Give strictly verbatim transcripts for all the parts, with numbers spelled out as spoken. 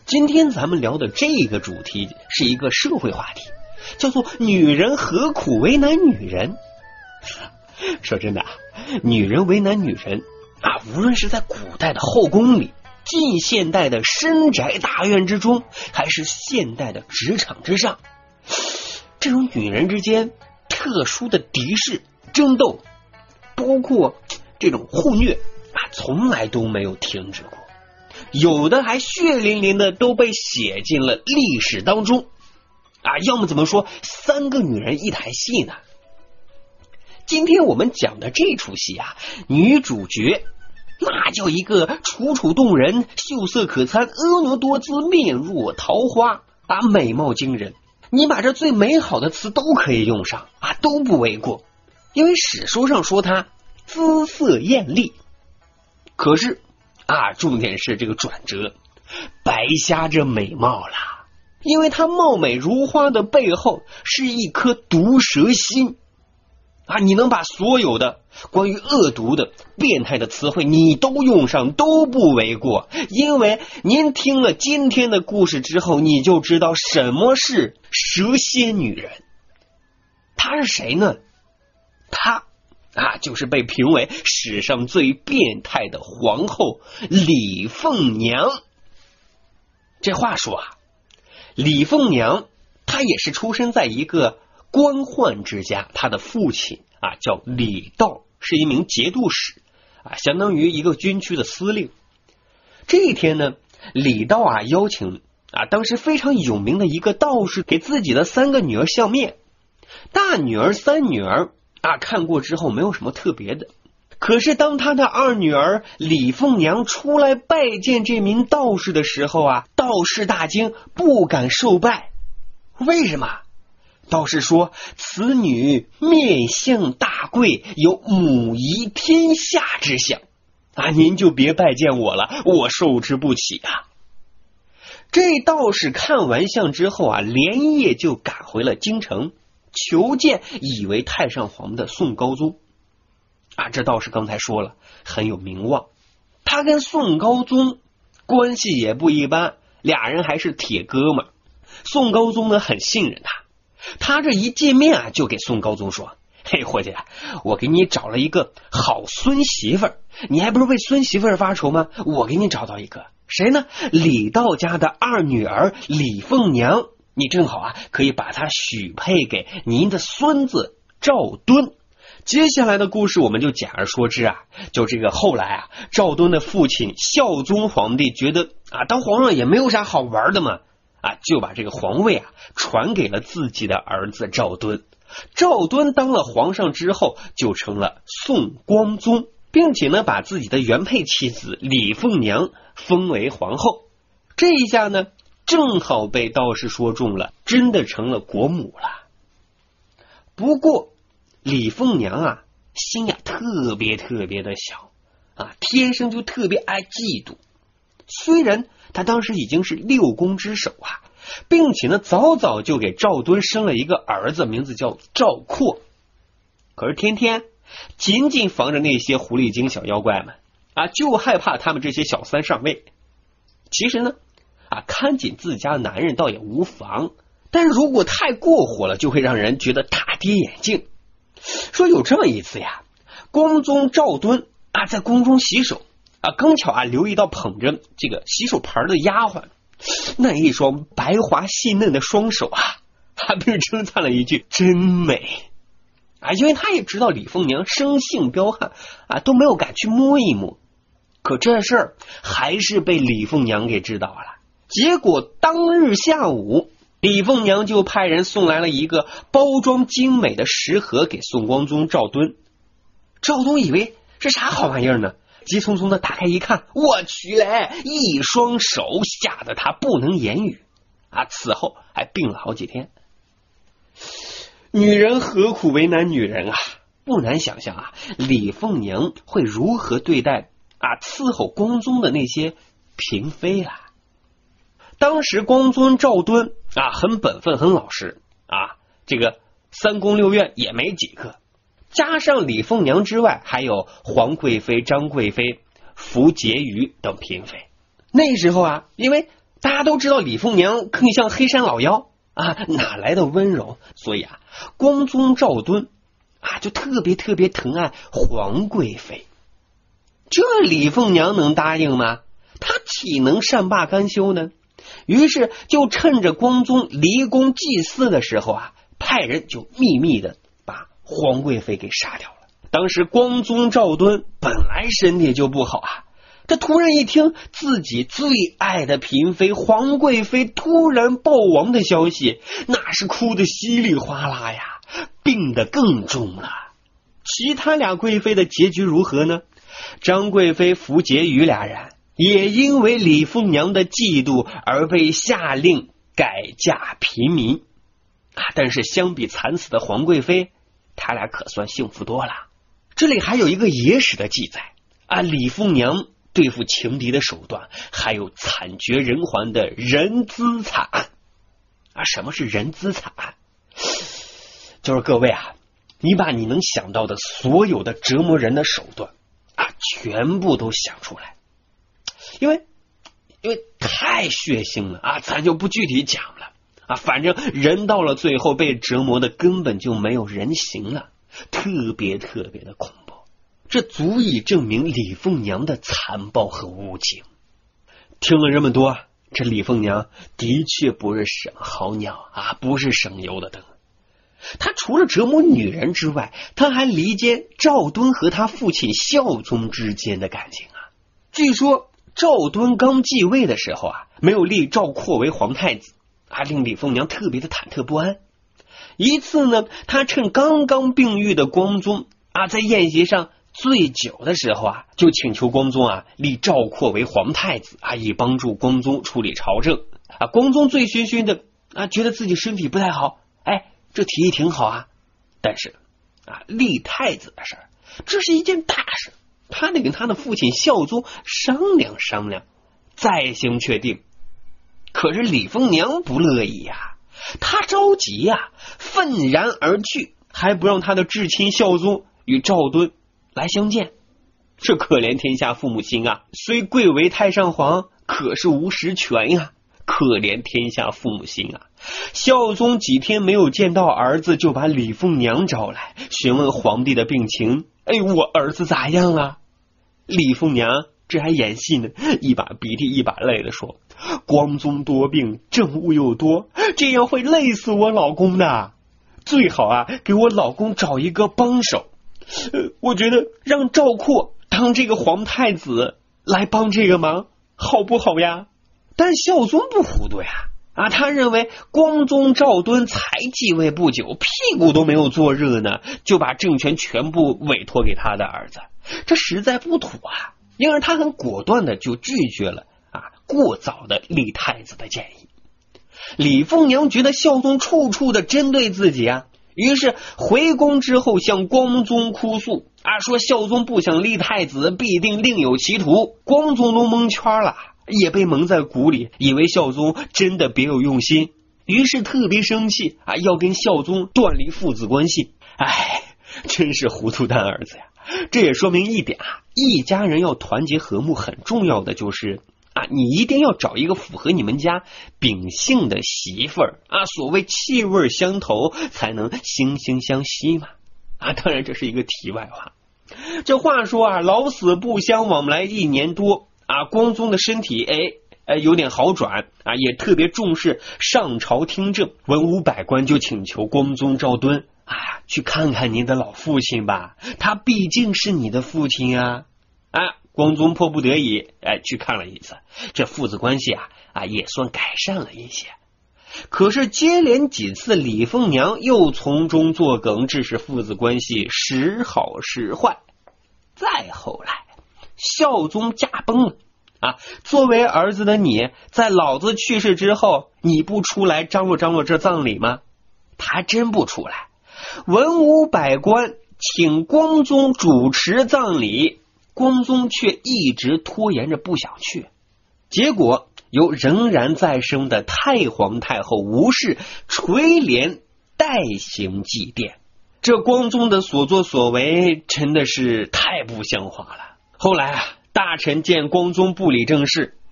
今天咱们聊的这个主题是一个社会话题，叫做女人何苦为难女人。说真的啊，女人为难女人啊，无论是在古代的后宫里，近现代的深宅大院之中，还是现代的职场之上，这种女人之间特殊的敌视争斗，包括这种互虐啊，从来都没有停止过，有的还血淋淋的都被写进了历史当中啊，要么怎么说三个女人一台戏呢？今天我们讲的这出戏啊，女主角那叫一个楚楚动人，秀色可餐，婀娜多姿，面若桃花啊，美貌惊人。你把这最美好的词都可以用上啊，都不为过，因为史书上说她姿色艳丽。可是啊，重点是这个转折，白瞎这美貌了，因为她貌美如花的背后是一颗毒蛇心啊！你能把所有的关于恶毒的变态的词汇你都用上都不为过，因为您听了今天的故事之后，你就知道什么是蛇蝎女人。她是谁呢？她啊，就是被评为史上最变态的皇后李凤娘。这话说啊，李凤娘她也是出生在一个官宦之家，她的父亲啊叫李道，是一名节度使啊，相当于一个军区的司令。这一天呢，李道啊邀请啊当时非常有名的一个道士给自己的三个女儿相面。大女儿三女儿啊看过之后没有什么特别的，可是当他的二女儿李凤娘出来拜见这名道士的时候啊，道士大惊，不敢受拜。为什么？道士说，此女面相大贵，有母仪天下之相啊，您就别拜见我了，我受之不起啊。这道士看完相之后啊，连夜就赶回了京城，求见以为太上皇的宋高宗啊。这道士刚才说了，很有名望，他跟宋高宗关系也不一般，俩人还是铁哥们。宋高宗呢很信任他，他这一见面啊，就给宋高宗说，嘿伙计，我给你找了一个好孙媳妇儿，你还不是为孙媳妇儿发愁吗？我给你找到一个谁呢？李道家的二女儿李凤娘，你正好啊可以把她许配给您的孙子赵敦。接下来的故事我们就简而说之啊，就这个后来啊，赵敦的父亲孝宗皇帝觉得啊当皇上也没有啥好玩的嘛啊，就把这个皇位啊传给了自己的儿子赵敦。赵敦当了皇上之后，就成了宋光宗，并且呢把自己的原配妻子李凤娘封为皇后。这一下呢，正好被道士说中了，真的成了国母了。不过李凤娘啊，心呀特别特别的小啊，天生就特别爱嫉妒。虽然他当时已经是六宫之首啊，并且呢早早就给赵敦生了一个儿子，名字叫赵括。可是天天紧紧防着那些狐狸精小妖怪们啊，就害怕他们这些小三上位。其实呢啊，看紧自家男人倒也无妨，但是如果太过火了，就会让人觉得大跌眼镜。说有这么一次呀，光宗赵敦啊在宫中洗手啊，刚巧啊留意到捧着这个洗手盆的丫鬟，那一双白滑细嫩的双手啊，还被人称赞了一句真美啊，因为他也知道李凤娘生性彪悍啊，都没有敢去摸一摸。可这事儿还是被李凤娘给知道了。结果当日下午，李凤娘就派人送来了一个包装精美的食盒给宋光宗赵敦。赵敦以为是啥好玩意儿呢，急匆匆的打开一看，我去嘞，一双手，吓得他不能言语啊！此后还病了好几天。女人何苦为难女人啊？不难想象啊，李凤娘会如何对待啊伺候光宗的那些嫔妃啦。当时光宗赵敦啊很本分很老实啊，这个三宫六院也没几个，加上李凤娘之外，还有皇贵妃、张贵妃、福婕妤等嫔妃。那时候啊，因为大家都知道李凤娘更像黑山老妖啊，哪来的温柔？所以啊，光宗赵敦啊就特别特别疼爱皇贵妃。这李凤娘能答应吗？她岂能善罢甘休呢？于是就趁着光宗离宫祭祀的时候啊，派人就秘密的把皇贵妃给杀掉了。当时光宗赵敦本来身体就不好啊，这突然一听自己最爱的嫔妃皇贵妃突然暴亡的消息，那是哭得稀里哗啦呀，病得更重了。其他俩贵妃的结局如何呢？张贵妃、福婕妤俩人也因为李凤娘的嫉妒而被下令改嫁平民啊，但是相比惨死的皇贵妃，他俩可算幸福多了。这里还有一个野史的记载啊，李凤娘对付情敌的手段，还有惨绝人寰的人资惨案啊。什么是人资惨案？就是各位啊，你把你能想到的所有的折磨人的手段啊，全部都想出来，因为因为太血腥了啊，咱就不具体讲了啊。反正人到了最后被折磨的根本就没有人形了，特别特别的恐怖。这足以证明李凤娘的残暴和无情。听了这么多，这李凤娘的确不是省好鸟啊，不是省油的灯。他除了折磨女人之外，他还离间赵敦和他父亲孝宗之间的感情啊。据说赵敦刚继位的时候啊，没有立赵括为皇太子啊，令李凤娘特别的忐忑不安。一次呢，他趁刚刚病愈的光宗啊在宴席上醉酒的时候啊，就请求光宗啊立赵括为皇太子啊，以帮助光宗处理朝政啊。光宗醉醺醺的啊，觉得自己身体不太好，哎，这提议挺好啊，但是啊，立太子的事儿，这是一件大事，他得跟他的父亲孝宗商量商量，再行确定。可是李凤娘不乐意呀、啊，他着急呀、啊，愤然而去，还不让他的至亲孝宗与赵敦来相见。这可怜天下父母心啊，虽贵为太上皇，可是无实权呀、啊。可怜天下父母心啊！孝宗几天没有见到儿子，就把李凤娘找来询问皇帝的病情。哎，我儿子咋样了？李凤娘这还演戏呢，一把鼻涕一把泪的说：光宗多病，政务又多，这样会累死我老公的。最好啊，给我老公找一个帮手。呃，我觉得让赵括当这个皇太子来帮这个忙，好不好呀？但孝宗不糊涂呀，啊，他认为光宗赵敦才继位不久，屁股都没有坐热呢，就把政权全部委托给他的儿子，这实在不妥啊。因而他很果断的就拒绝了啊过早的立太子的建议。李凤娘觉得孝宗处处的针对自己啊，于是回宫之后向光宗哭诉啊，说孝宗不想立太子，必定另有其图。光宗都蒙圈了，也被蒙在鼓里，以为孝宗真的别有用心，于是特别生气啊，要跟孝宗断离父子关系。哎，真是糊涂蛋儿子呀！这也说明一点啊，一家人要团结和睦，很重要的就是啊，你一定要找一个符合你们家秉性的媳妇儿啊，所谓气味相投，才能惺惺相惜嘛。啊，当然这是一个题外话。这话说啊，老死不相往来一年多啊，光宗的身体哎哎有点好转啊，也特别重视上朝听政。文武百官就请求光宗赵敦啊，去看看您的老父亲吧，他毕竟是你的父亲啊。啊，光宗迫不得已哎去看了一次，这父子关系啊啊也算改善了一些。可是接连几次李凤娘又从中作梗，致使父子关系时好时坏。再后来孝宗驾崩了啊，作为儿子的你，在老子去世之后，你不出来张罗张罗这葬礼吗？他还真不出来。文武百官请光宗主持葬礼，光宗却一直拖延着不想去。结果由仍然在生的太皇太后吴氏垂帘代行祭奠。这光宗的所作所为真的是太不像话了。后来啊，大臣见光宗不理政事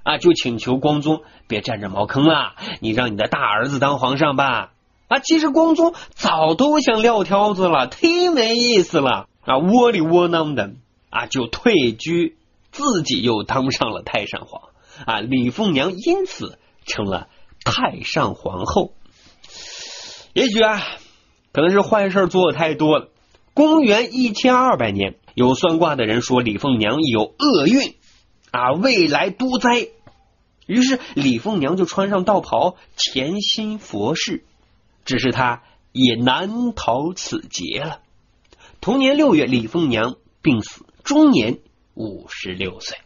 啊，就请求光宗别占着茅坑了，你让你的大儿子当皇上吧。啊，其实光宗早都想撂挑子了，忒没意思了啊，窝里窝囊的啊，就退居，自己又当上了太上皇啊。李凤娘因此成了太上皇后。也许啊，可能是坏事做的太多了。公元一千二百年，有算卦的人说李凤娘有厄运啊，未来多灾。于是李凤娘就穿上道袍，潜心佛事，只是她也难逃此劫了。同年六月，李凤娘病死，终年五十六岁。